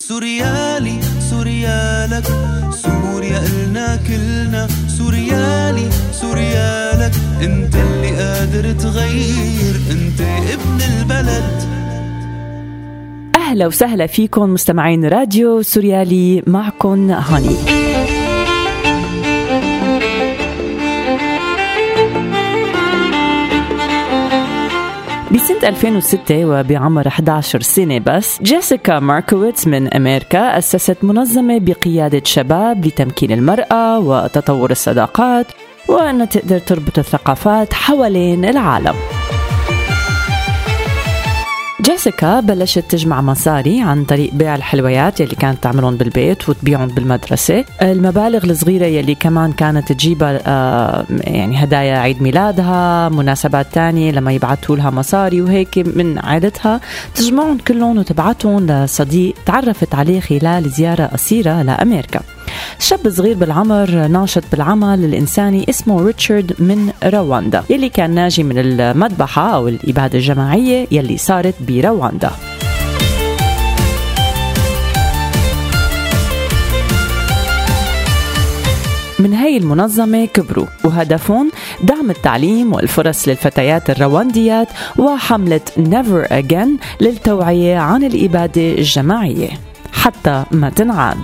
سوريالي سوريالك، سوريا إلنا كلنا، سوريالي سوريالك، انت اللي قادر تغير، انت ابن البلد. أهلا وسهلا فيكم مستمعين راديو سوريالي، معكم هاني. بسنة 2006 وبعمر 11 سنة بس، جيسيكا ماركويتس من أمريكا أسست منظمة بقيادة شباب لتمكين المرأة وتطور الصداقات وأن تقدر تربط الثقافات حوالين العالم. جيسيكا بلشت تجمع مصاري عن طريق بيع الحلويات يلي كانت تعملون بالبيت وتبيعون بالمدرسة، المبالغ الصغيرة يلي كمان كانت تجيبها يعني هدايا عيد ميلادها، مناسبات تانية لما يبعثوا لها مصاري وهيك من عادتها تجمعون كلهم وتبعتهم لصديق تعرفت عليه خلال زيارة قصيرة لأمريكا. شاب صغير بالعمر ناشط بالعمل الإنساني اسمه ريتشارد من رواندا، يلي كان ناجي من المذبحة أو الإبادة الجماعية يلي صارت برواندا. من هاي المنظمة كبروا وهدفهم دعم التعليم والفرص للفتيات الروانديات وحملة Never Again للتوعية عن الإبادة الجماعية حتى ما تنعاد.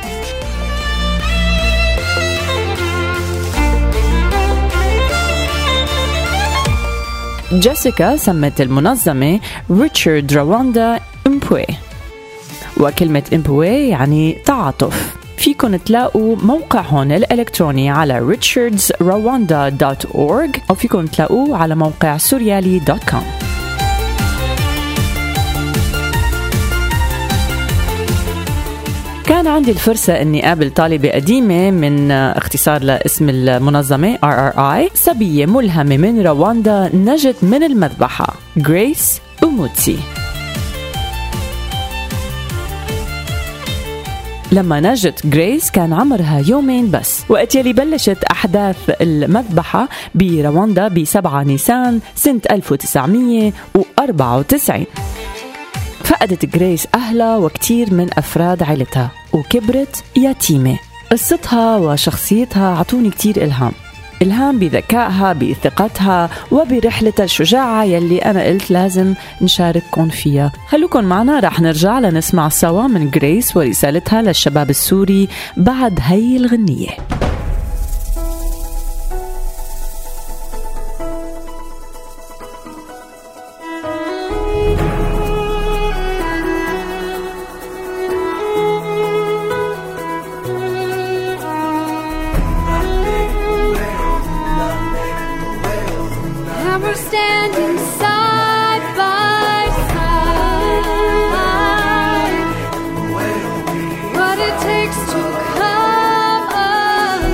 جيسيكا سمت المنظمة ريتشارد رواندا إمبوي، وكلمة إمبوي يعني تعاطف. فيكن تلاقوا موقعهم الإلكتروني على richardsrwanda.org أو فيكن تلاقوه على موقع سوريالي.com. كان عندي الفرصة أني قابل طالبة قديمة من اختصار لاسم المنظمة RRI، صبية ملهمة من رواندا نجت من المذبحة، غريس أوموتسي. لما نجت غريس كان عمرها يومين بس، وقت يلي بلشت أحداث المذبحة برواندا ب7 نيسان سنة 1994. فقدت غريس أهلها وكتير من أفراد عائلتها وكبرت يتيمة. قصتها وشخصيتها عطوني كتير إلهام بذكائها، بثقتها، وبرحلتها الشجاعة يلي أنا قلت لازم نشارككم فيها. خلوكم معنا، رح نرجع لنسمع سوا من غريس ورسالتها للشباب السوري بعد هاي الغنية. Standing side by side, what it takes to come alive.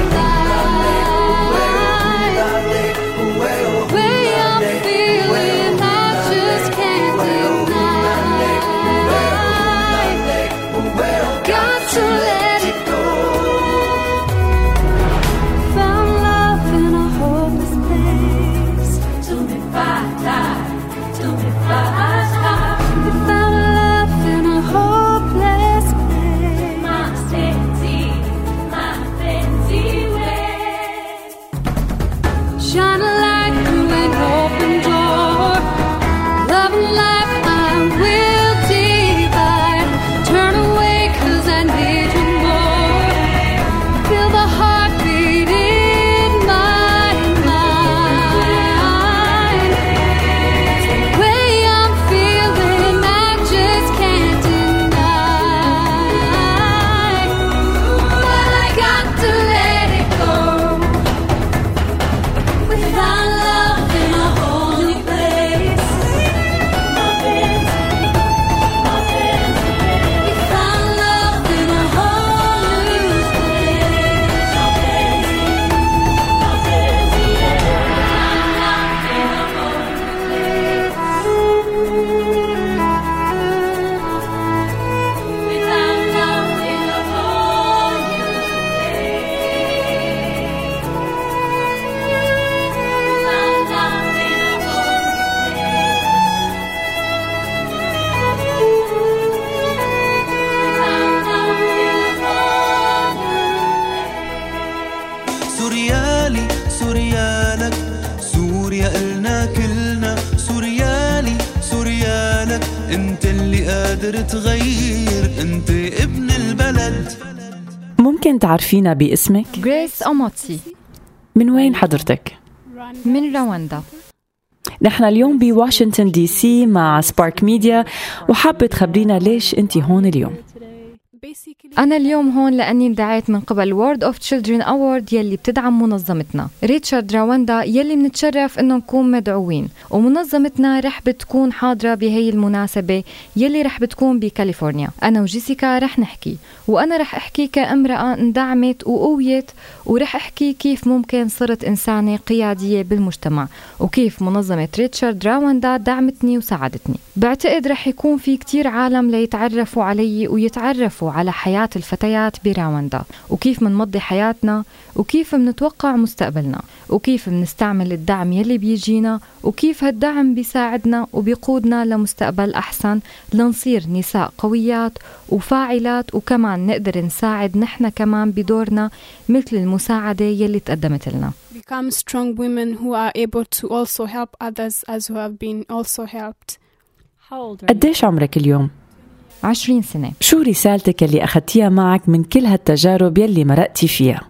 انت اللي قادر تغير، انت ابن البلد. ممكن تعرفينا باسمك؟ غريس أوموتسي. من وين حضرتك؟ من رواندا. نحن اليوم بواشنطن دي سي مع سبارك ميديا، وحابة تخبرينا ليش انت هون اليوم. أنا اليوم هون لأني اندعيت من قبل World of Children Award يلي بتدعم منظمتنا ريتشارد راوندا، يلي منتشرف إنه نكون مدعوين، ومنظمتنا رح بتكون حاضرة بهي المناسبة يلي رح بتكون بكاليفورنيا. أنا وجيسيكا رح نحكي، وأنا رح أحكي كامرأة اندعمت وقويت، ورح أحكي كيف ممكن صرت إنسانة قيادية بالمجتمع، وكيف منظمة ريتشارد راوندا دعمتني وساعدتني. بعتقد رح يكون في كتير عالم ليتعرفوا علي ويتعرفوا على حياة الفتيات براوندا، وكيف منمضي حياتنا، وكيف منتوقع مستقبلنا، وكيف منستعمل الدعم يلي بيجينا، وكيف هالدعم بيساعدنا وبيقودنا لمستقبل أحسن، لنصير نساء قويات وفاعلات، وكمان نقدر نساعد نحن كمان بدورنا مثل المساعدة يلي تقدمت لنا. Become strong women who are able to also help others as who have been also helped. قديش عمرك اليوم؟ 20 سنة. شو رسالتك اللي أخذتيها معك من كل هالتجارب يلي مرقتي فيها؟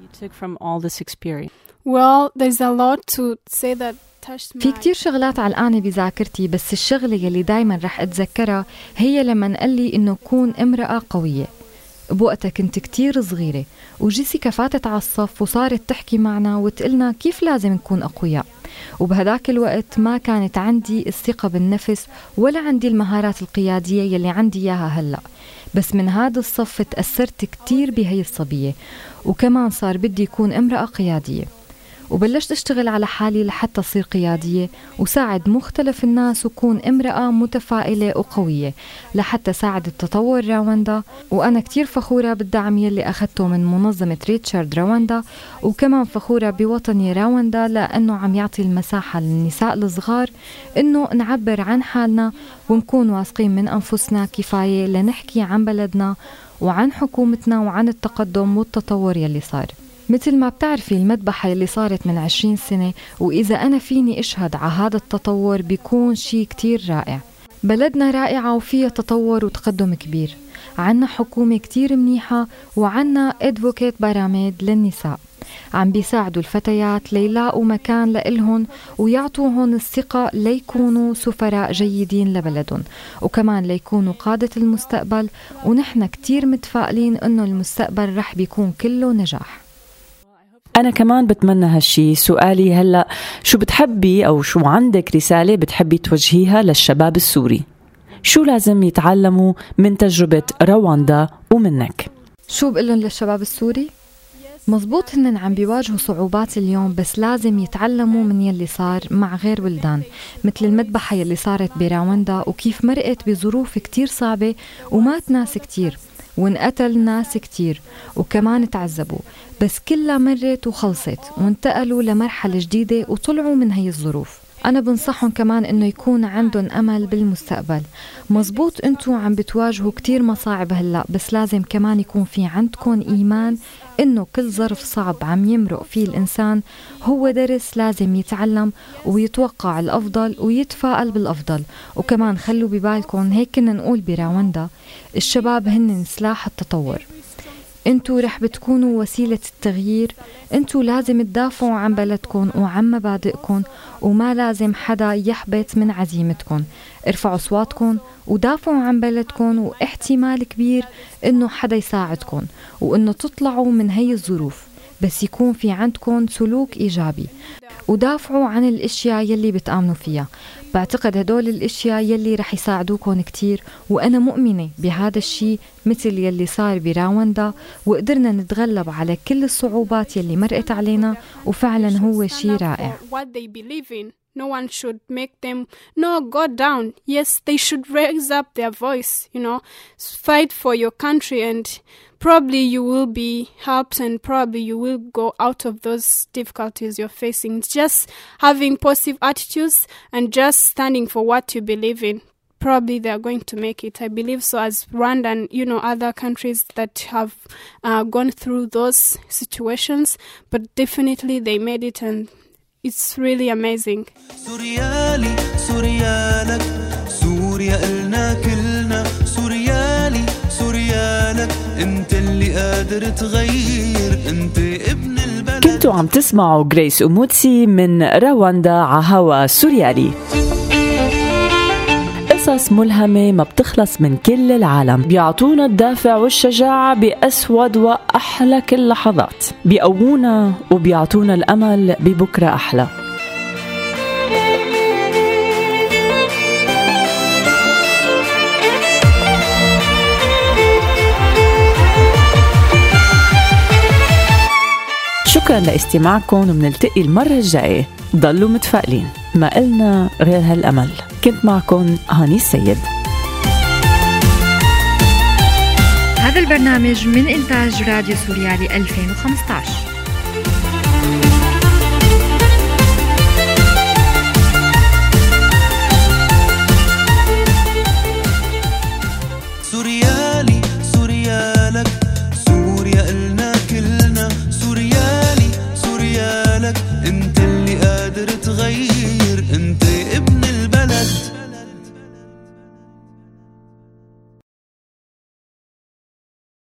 Well, there's a lot to say that touched my... في كتير شغلات علقانة بذاكرتي، بس الشغلة يلي دايما رح أتذكرها هي لما قال لي إنه كون امرأة قوية. بوقتها كنت كتير صغيرة، وجيسيكا فاتت على الصف وصارت تحكي معنا وتقلنا كيف لازم نكون أقوياء، وبهداك الوقت ما كانت عندي الثقة بالنفس ولا عندي المهارات القيادية يلي عندي إياها هلأ. بس من هذا الصف تأثرت كتير بهي الصبية، وكمان صار بدي يكون امرأة قيادية، وبلشت أشتغل على حالي لحتى أصير قيادية وساعد مختلف الناس، وكون امرأة متفائلة وقوية لحتى ساعد التطور راوندا. وأنا كتير فخورة بالدعم يلي أخذته من منظمة ريتشارد راوندا، وكمان فخورة بوطني راوندا لأنه عم يعطي المساحة للنساء الصغار إنه نعبر عن حالنا ونكون واثقين من أنفسنا كفاية لنحكي عن بلدنا وعن حكومتنا وعن التقدم والتطور يلي صار. مثل ما بتعرفي المذبحة اللي صارت من 20 سنة، وإذا أنا فيني أشهد على هذا التطور بيكون شيء كتير رائع. بلدنا رائعة وفيها تطور وتقدم كبير، عنا حكومة كتير منيحة، وعنا ادفوكيت برامج للنساء عم بيساعدوا الفتيات ليلاقوا مكان لإلهن ويعطوهن الثقة ليكونوا سفراء جيدين لبلدهم، وكمان ليكونوا قادة المستقبل. ونحن كتير متفائلين إنه المستقبل رح بيكون كله نجاح. أنا كمان بتمنى هالشي. سؤالي هلأ، شو بتحبي أو شو عندك رسالة بتحبي توجهيها للشباب السوري؟ شو لازم يتعلموا من تجربة رواندا ومنك؟ شو بقلن للشباب السوري؟ مزبوط هن عم بيواجهوا صعوبات اليوم، بس لازم يتعلموا من يلي صار مع غير بلدان، مثل المذبحة يلي صارت براوندا وكيف مرقت بظروف كتير صعبة ومات ناس كتير وانقتل ناس كتير وكمان تعذبوا، بس كلها مرت وخلصت وانتقلوا لمرحلة جديدة وطلعوا من هي الظروف. أنا بنصحهم كمان إنه يكون عندهم أمل بالمستقبل. مزبوط أنتوا عم بتواجهوا كتير مصاعب هلأ، بس لازم كمان يكون في عندكم إيمان إنه كل ظرف صعب عم يمرق فيه الإنسان هو درس لازم يتعلم ويتوقع الأفضل ويتفائل بالأفضل. وكمان خلوا ببالكم، هيك كنا نقول براوندا، الشباب هن سلاح التطور. انتوا رح بتكونوا وسيلة التغيير. انتوا لازم تدافعوا عن بلدكم وعن مبادئكم، وما لازم حدا يحبط من عزيمتكم. ارفعوا صواتكم ودافعوا عن بلدكم، واحتمال كبير انه حدا يساعدكم وانه تطلعوا من هي الظروف، بس يكون في عندكم سلوك إيجابي. ودافعوا عن الاشياء يلي بتآمنوا فيها. بعتقد هدول الاشياء يلي رح يساعدوكم كتير، وانا مؤمنة بهذا الشيء مثل يلي صار براوندا، وقدرنا نتغلب على كل الصعوبات يلي مرقت علينا، وفعلا هو شيء رائع. No one should make them go down. Yes, they should raise up their voice, fight for your country, and probably you will be helped, and probably you will go out of those difficulties you're facing. Just having positive attitudes and just standing for what you believe in. Probably they are going to make it. I believe so, as Rwanda and other countries that have gone through those situations, but definitely they made it, and it's really amazing. سوريالي سوريالك سوريا إلنا كل قادر تغير، انت ابن البلد. كنتوا عم تسمعوا غريس أموتسي من رواندا عهوا سوريالي. قصص ملهمة ما بتخلص من كل العالم، بيعطونا الدافع والشجاعة بأسود وأحلى كل لحظات، بيقوونا وبيعطونا الأمل ببكرة أحلى. شكرا لاستماعكم، ومنلتقي المرة الجاية. ضلوا متفائلين، ما قلنا غير هالأمل. كنت معكم هاني السيد. هذا البرنامج من إنتاج راديو سوريالي 2015. سوريالي